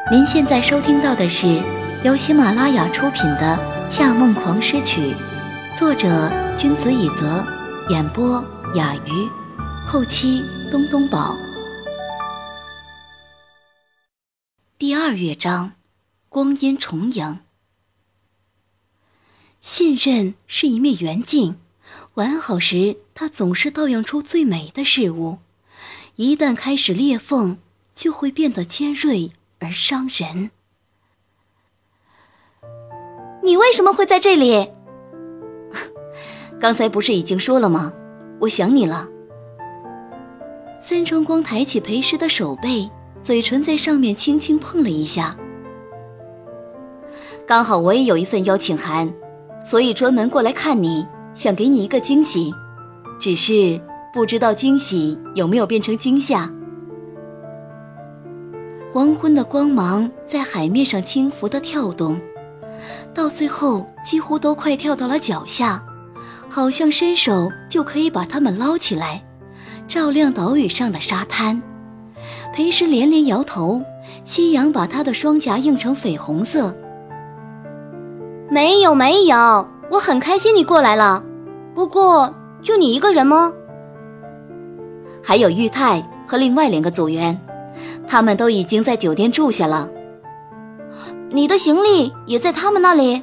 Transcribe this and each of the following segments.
您现在收听到的是由喜马拉雅出品的《夏梦狂诗曲》，作者君子以泽，演播雅鱼，后期东东宝。第二乐章，光阴重影。信任是一面圆镜，完好时它总是倒映出最美的事物，一旦开始裂缝，就会变得尖锐而伤人。 你为什么会在这里？ 刚才不是已经说了吗？我想你了。三春光抬起裴师的手背，嘴唇在上面轻轻碰了一下。刚好我也有一份邀请函，所以专门过来看你，想给你一个惊喜，只是不知道惊喜有没有变成惊吓。黄昏的光芒在海面上轻浮地跳动，到最后几乎都快跳到了脚下，好像伸手就可以把它们捞起来，照亮岛屿上的沙滩。裴师连连摇头，夕阳把他的双颊映成绯红色。 没有，我很开心你过来了，不过就你一个人吗？ 还有玉泰和另外2个组员，他们都已经在酒店住下了。 你的行李也在他们那里？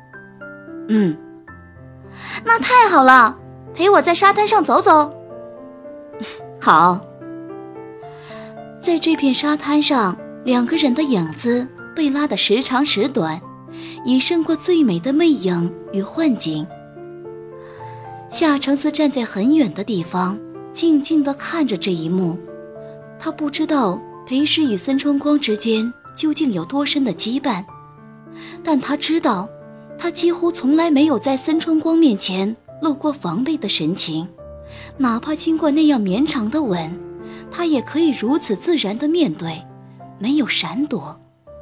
那太好了，陪我在沙滩上走走。 好。在这片沙滩上，2个人的影子被拉得时长时短，已胜过最美的魅影与幻景。夏承思站在很远的地方，静静地看着这一幕。他不知道裴师与森川光之间究竟有多深的羁绊，但他知道他几乎从来没有在森川光面前露过防备的神情，哪怕经过那样绵长的吻，他也可以如此自然地面对，没有闪躲。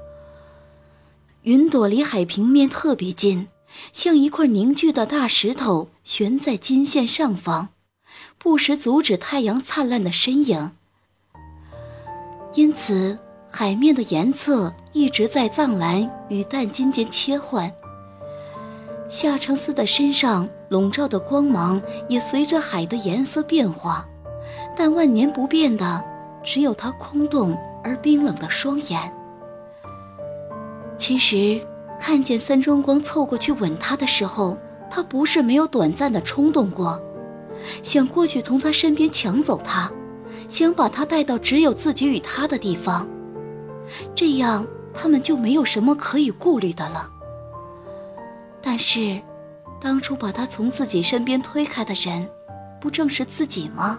云朵离海平面特别近，像一块凝聚的大石头悬在金线上方，不时阻止太阳灿烂的身影。因此海面的颜色一直在藏蓝与淡金间切换，夏承思的身上笼罩的光芒也随着海的颜色变化，但万年不变的只有他空洞而冰冷的双眼。其实看见森川光凑过去吻他的时候，他不是没有短暂的冲动过，想过去从他身边抢走他，想把他带到只有自己与他的地方，这样他们就没有什么可以顾虑的了。但是当初把他从自己身边推开的人，不正是自己吗？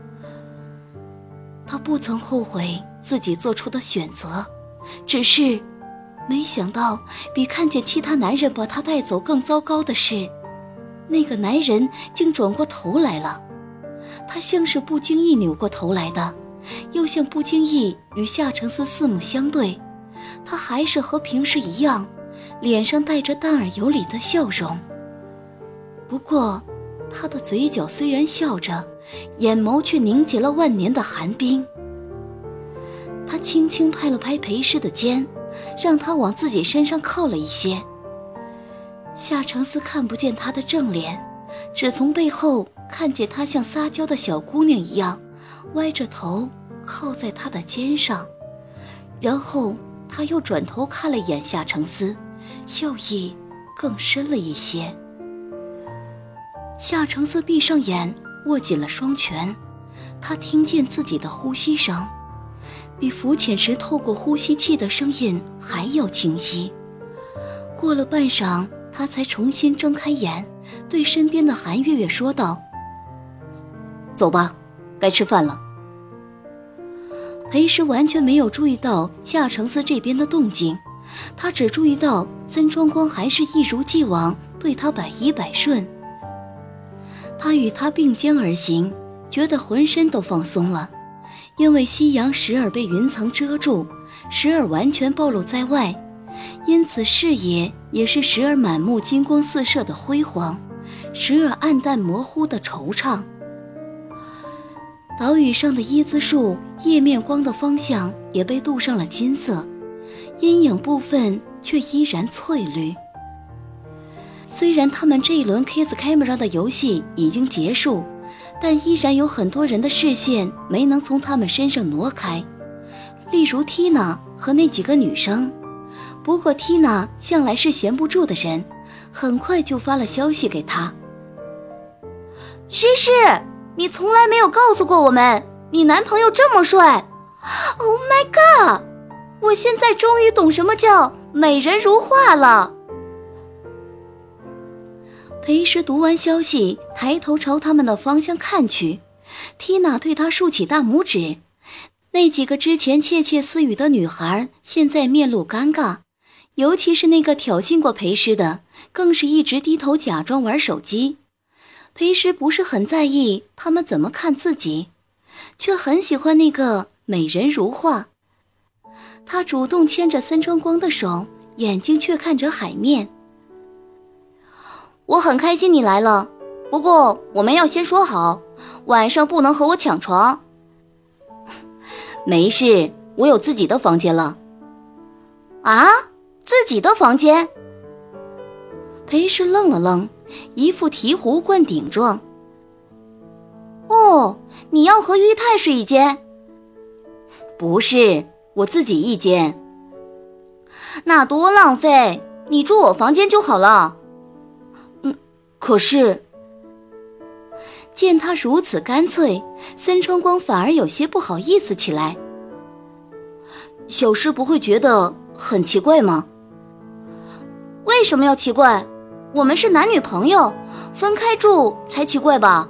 他不曾后悔自己做出的选择，只是没想到比看见其他男人把他带走更糟糕的是，那个男人竟转过头来了。他像是不经意扭过头来的，又像不经意与夏承思四目相对。他还是和平时一样，脸上带着淡而有礼的笑容，不过他的嘴角虽然笑着，眼眸却凝结了万年的寒冰。他轻轻拍了拍裴师的肩，让他往自己身上靠了一些。夏承思看不见他的正脸，只从背后看见他像撒娇的小姑娘一样歪着头靠在他的肩上，然后他又转头看了一眼夏承思，笑意更深了一些。夏承思闭上眼，握紧了双拳，他听见自己的呼吸声，比浮潜时透过呼吸器的声音还要清晰。过了半晌，他才重新睁开眼，对身边的韩月月说道：走吧，该吃饭了。裴师完全没有注意到夏承思这边的动静，他只注意到森川光还是一如既往对他百依百顺。他与他并肩而行，觉得浑身都放松了，因为夕阳时而被云层遮住，时而完全暴露在外，因此视野也是时而满目金光四射的辉煌，时而暗淡模糊的惆怅。岛屿上的椰子树叶面光的方向也被镀上了金色， 阴影部分却依然翠绿。虽然他们这一轮 Kiss Camera 的游戏已经结束，但依然有很多人的视线没能从他们身上挪开，例如 Tina 和那几个女生。不过 Tina 向来是闲不住的人，很快就发了消息给他。 诗诗，你从来没有告诉过我们，你男朋友这么帅。Oh my god！ 我现在终于懂什么叫美人如画了。 裴时读完消息，抬头朝他们的方向看去。Tina 对他竖起大拇指。那几个之前窃窃私语的女孩，现在面露尴尬，尤其是那个挑衅过裴时的，更是一直低头假装玩手机。裴时不是很在意他们怎么看自己，却很喜欢那个美人如画。他主动牵着森川光的手，眼睛却看着海面。 我很开心你来了，不过我们要先说好，晚上不能和我抢床。 没事，我有自己的房间了。 啊？自己的房间？ 裴时愣了愣，一副醍醐灌顶状。 哦，你要和玉泰睡一间？ 不是，我自己一间。 那多浪费，你住我房间就好了。 可是见他如此干脆，森川光反而有些不好意思起来。小诗不会觉得很奇怪吗？ 为什么要奇怪？我们是男女朋友，分开住才奇怪吧。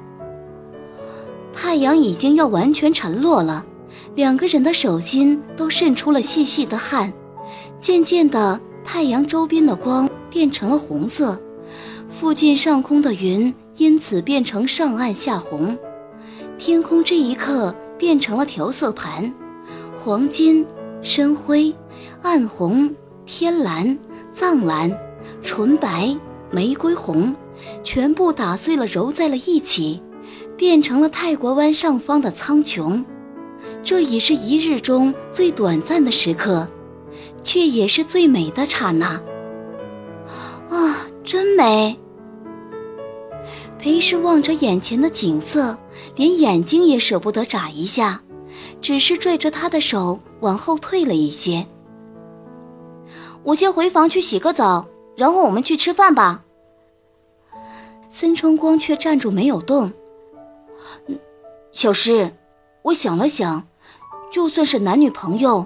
太阳已经要完全沉落了，两个人的手心都渗出了细细的汗。渐渐的，太阳周边的光变成了红色，附近上空的云因此变成上暗下红，天空这一刻变成了调色盘，黄金、深灰、暗红、天蓝、藏蓝、纯白、玫瑰红，全部打碎了揉在了一起，变成了泰国湾上方的苍穹。这已是一日中最短暂的时刻，却也是最美的刹那。啊，真美！裴时望着眼前的景色，连眼睛也舍不得眨一下，只是拽着他的手往后退了一些。 我先回房去洗个澡，然后我们去吃饭吧。 森川光却站住没有动。小诗，我想了想，就算是男女朋友，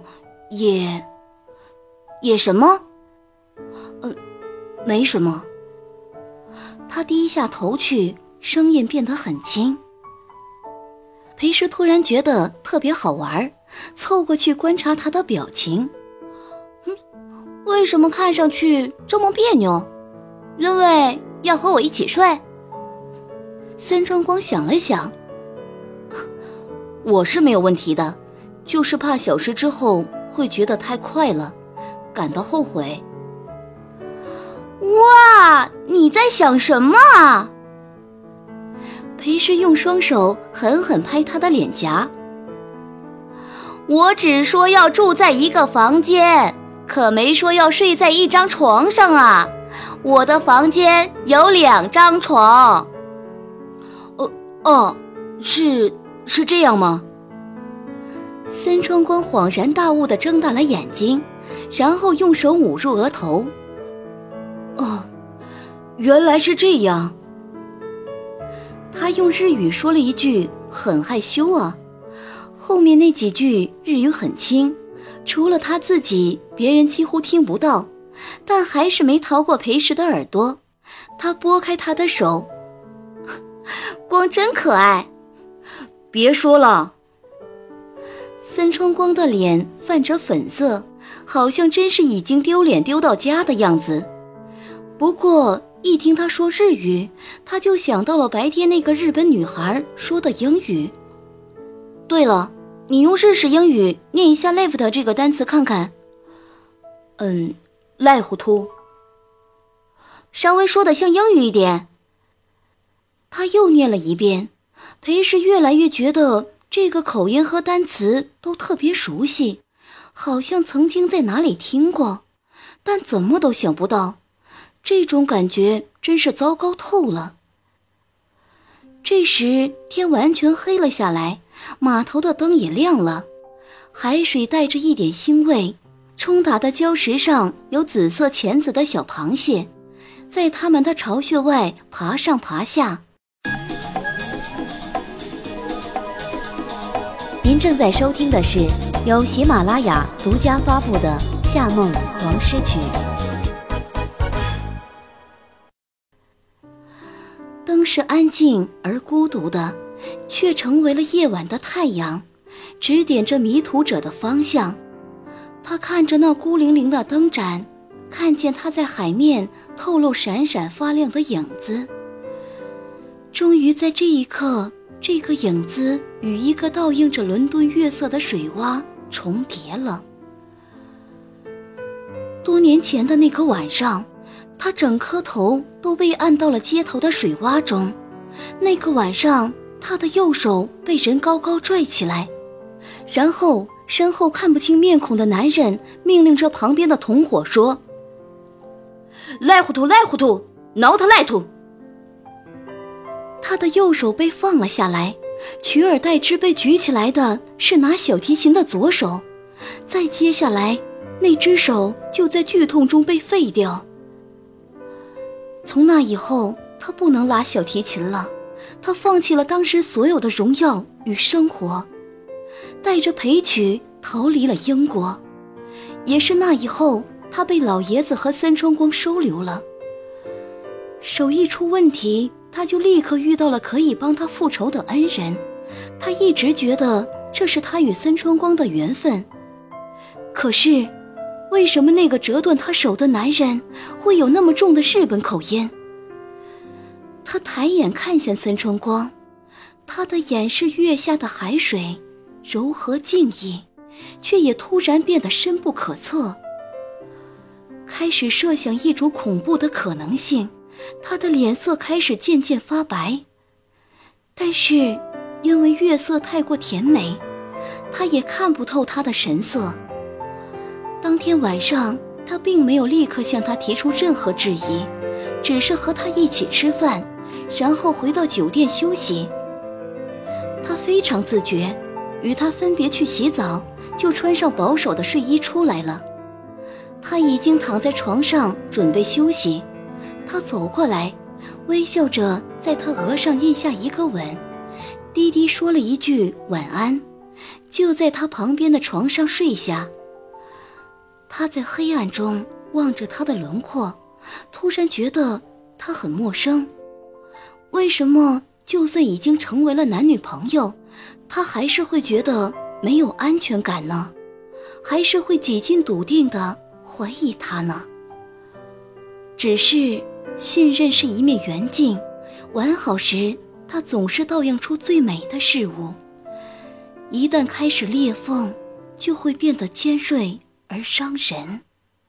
也什么？没什么。他低下头去，声音变得很轻。裴时突然觉得特别好玩，凑过去观察他的表情。 为什么看上去这么别扭？因为要和我一起睡？ 森川光想了想，我是没有问题的，就是怕小诗之后会觉得太快了，感到后悔。 哇，你在想什么啊？ 裴时用双手狠狠拍他的脸颊。 我只说要住在一个房间，可没说要睡在一张床上啊。我的房间有2张床。 是这样吗？森川光恍然大悟地睁大了眼睛，然后用手捂住额头。哦，原来是这样。他用日语说了一句很害羞啊，后面那几句日语很轻，除了他自己，别人几乎听不到，但还是没逃过裴时的耳朵。他拨开他的手， 光真可爱。 别说了。森川光的脸泛着粉色，好像真是已经丢脸丢到家的样子。不过一听他说日语，他就想到了白天那个日本女孩说的英语。对了，你用日式英语念一下 left 这个单词看看。赖糊涂。 稍微说的像英语一点。 他又念了一遍，裴时越来越觉得这个口音和单词都特别熟悉， 好像曾经在哪里听过，但怎么都想不到，这种感觉真是糟糕透了。这时天完全黑了下来，码头的灯也亮了，海水带着一点腥味，冲打的礁石上有紫色钳子的小螃蟹，在它们的巢穴外爬上爬下。 您正在收听的是由喜马拉雅独家发布的《夏梦王诗曲》。 灯是安静而孤独的，却成为了夜晚的太阳，指点着迷途者的方向。他看着那孤零零的灯盏，看见它在海面透露闪闪发亮的影子。终于在这一刻，这个影子与一个倒映着伦敦月色的水洼重叠了。多年前的那个晚上，他整颗头都被按到了街头的水洼中。那个晚上，他的右手被人高高拽起来，然后身后看不清面孔的男人命令着旁边的同伙说：“ 赖糊涂，赖糊涂，挠他赖土。” 他的右手被放了下来，取而代之被举起来的是拿小提琴的左手，再接下来，那只手就在剧痛中被废掉。从那以后，他不能拉小提琴了，他放弃了当时所有的荣耀与生活，带着陪曲逃离了英国。也是那以后，他被老爷子和森川光收留了。手一出问题，他就立刻遇到了可以帮他复仇的恩人。他一直觉得这是他与森川光的缘分。可是为什么那个折断他手的男人会有那么重的日本口音？他抬眼看向森川光，他的眼是月下的海水，柔和静谧，却也突然变得深不可测。开始设想一种恐怖的可能性，他的脸色开始渐渐发白。但是因为月色太过甜美，他也看不透他的神色。当天晚上，他并没有立刻向他提出任何质疑，只是和他一起吃饭，然后回到酒店休息。他非常自觉，与他分别去洗澡，就穿上保守的睡衣出来了。他已经躺在床上准备休息，他走过来，微笑着在他额上印下一个吻，低低说了一句晚安，就在他旁边的床上睡下。他在黑暗中望着他的轮廓，突然觉得他很陌生。为什么就算已经成为了男女朋友，他还是会觉得没有安全感呢？还是会几近笃定地怀疑他呢？只是信任是一面圆镜，完好时它总是倒映出最美的事物，一旦开始裂缝，就会变得尖锐而伤人。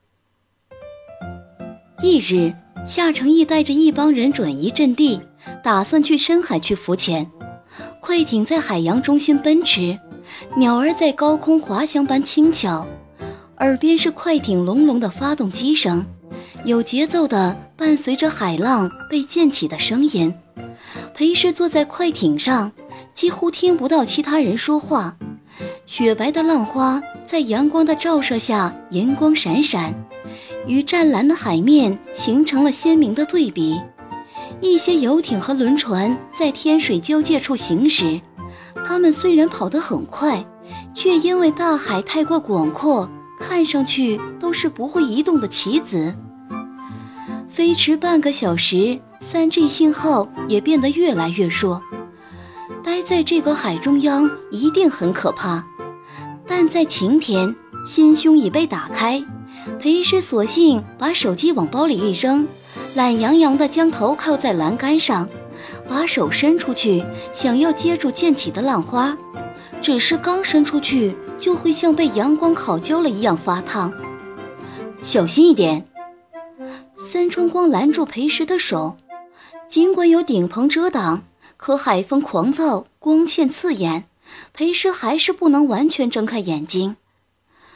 翌日，夏承义带着一帮人转移阵地，打算去深海去浮潜。快艇在海洋中心奔驰，鸟儿在高空滑翔般轻巧，耳边是快艇隆隆的发动机声，有节奏地伴随着海浪被溅起的声音。裴师坐在快艇上，几乎听不到其他人说话。雪白的浪花在阳光的照射下银光闪闪，与湛蓝的海面形成了鲜明的对比。一些游艇和轮船在天水交界处行驶，它们虽然跑得很快，却因为大海太过广阔，看上去都是不会移动的棋子。飞驰半个小时，3G 信号也变得越来越弱。待在这个海中央一定很可怕，但在晴天，心胸已被打开。裴师索性把手机往包里一扔，懒洋洋地将头靠在栏杆上，把手伸出去，想要接住溅起的浪花，只是刚伸出去，就会像被阳光烤焦了一样发烫。小心一点！森川光拦住裴师的手，尽管有顶棚遮挡，可海风狂躁，光线刺眼，裴师还是不能完全睁开眼睛。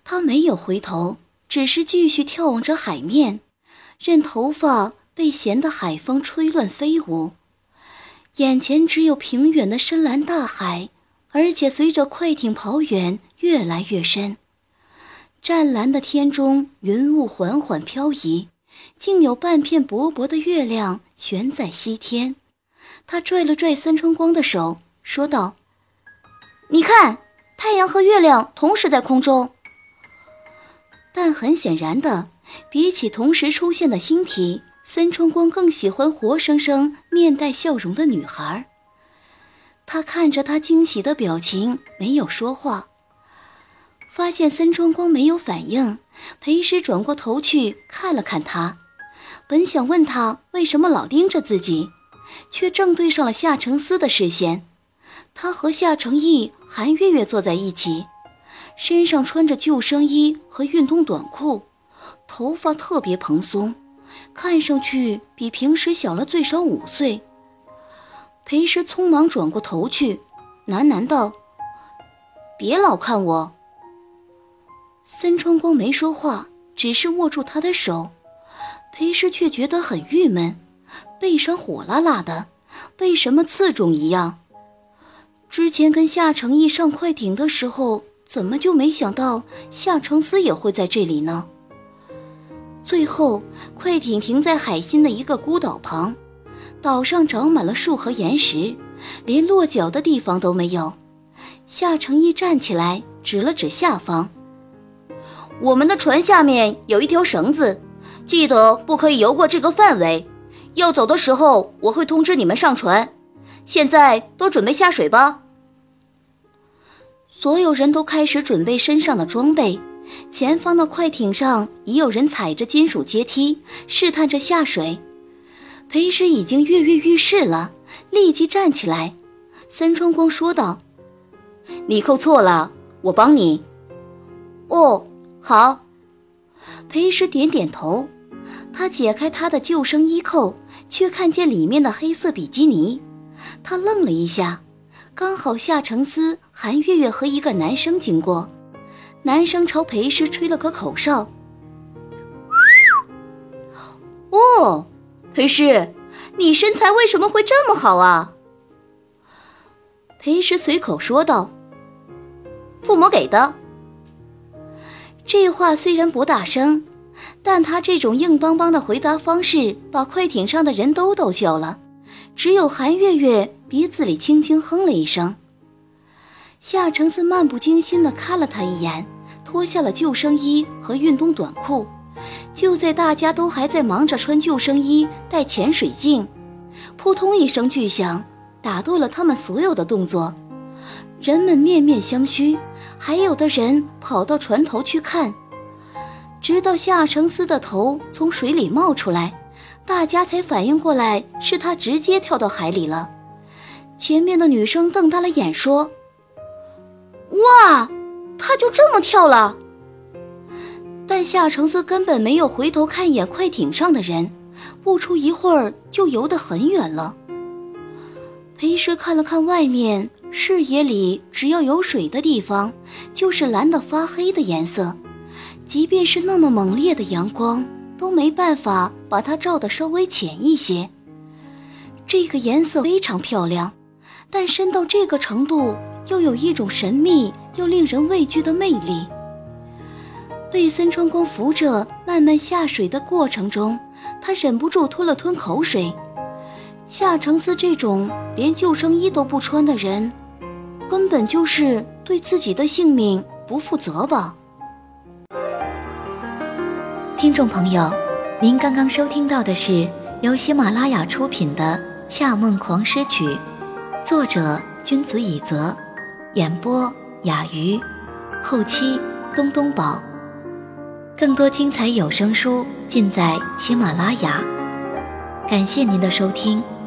他没有回头，只是继续眺望着海面，任头发被咸的海风吹乱飞舞。眼前只有平远的深蓝大海，而且随着快艇跑远越来越深。湛蓝的天中，云雾缓缓飘移，竟有半片薄薄的月亮悬在西天。他拽了拽三春光的手，说道：“ 你看，太阳和月亮同时在空中。” 但很显然的，比起同时出现的星体，三春光更喜欢活生生面带笑容的女孩。他看着她惊喜的表情，没有说话。发现三春光没有反应，裴师转过头去看了看他，本想问他为什么老盯着自己，却正对上了夏承思的视线。他和夏承义、韩月月坐在一起，身上穿着救生衣和运动短裤，头发特别蓬松，看上去比平时小了最少5岁。裴师匆忙转过头去，喃喃道：“别老看我。”三春光没说话，只是握住他的手。裴师却觉得很郁闷，背上火辣辣的，被什么刺中一样。之前跟夏承义上快艇的时候，怎么就没想到夏承思也会在这里呢？最后，快艇停在海心的一个孤岛旁，岛上长满了树和岩石，连落脚的地方都没有。夏承义站起来，指了指下方：“ 我们的船下面有一条绳子，记得不可以游过这个范围。要走的时候，我会通知你们上船。现在都准备下水吧。” 所有人都开始准备身上的装备。前方的快艇上已有人踩着金属阶梯，试探着下水。裴师已经跃跃欲试了，立即站起来。三春光说道：“ 你扣错了，我帮你。”“ 哦，好。”裴师点点头。他解开他的救生衣扣，却看见里面的黑色比基尼。他愣了一下，刚好夏承思、韩月月和一个男生经过。男生朝裴师吹了个口哨。 “哦，裴师，你身材为什么会这么好啊？” 裴师随口说道：“ 父母给的。” 这话虽然不大声，但他这种硬邦邦的回答方式把快艇上的人都逗笑了，只有韩月月鼻子里轻轻哼了一声。夏承思漫不经心地看了他一眼，脱下了救生衣和运动短裤。就在大家都还在忙着穿救生衣、戴潜水镜，扑通一声巨响，打断了他们所有的动作。人们面面相觑，还有的人跑到船头去看。直到夏承思的头从水里冒出来，大家才反应过来是他直接跳到海里了。前面的女生瞪大了眼说：“ 哇，他就这么跳了！” 但夏承思根本没有回头看一眼快艇上的人，不出一会儿就游得很远了。裴师看了看外面，视野里只要有水的地方，就是蓝得发黑的颜色，即便是那么猛烈的阳光，都没办法把它照得稍微浅一些。这个颜色非常漂亮，但深到这个程度，又有一种神秘又令人畏惧的魅力。被孙春光扶着慢慢下水的过程中，他忍不住吞了吞口水。夏承思这种连救生衣都不穿的人，根本就是对自己的性命不负责吧。 听众朋友，您刚刚收听到的是由喜马拉雅出品的《夏梦狂诗曲》，作者君子以泽，演播雅鱼，后期东东宝。更多精彩有声书尽在喜马拉雅。感谢您的收听。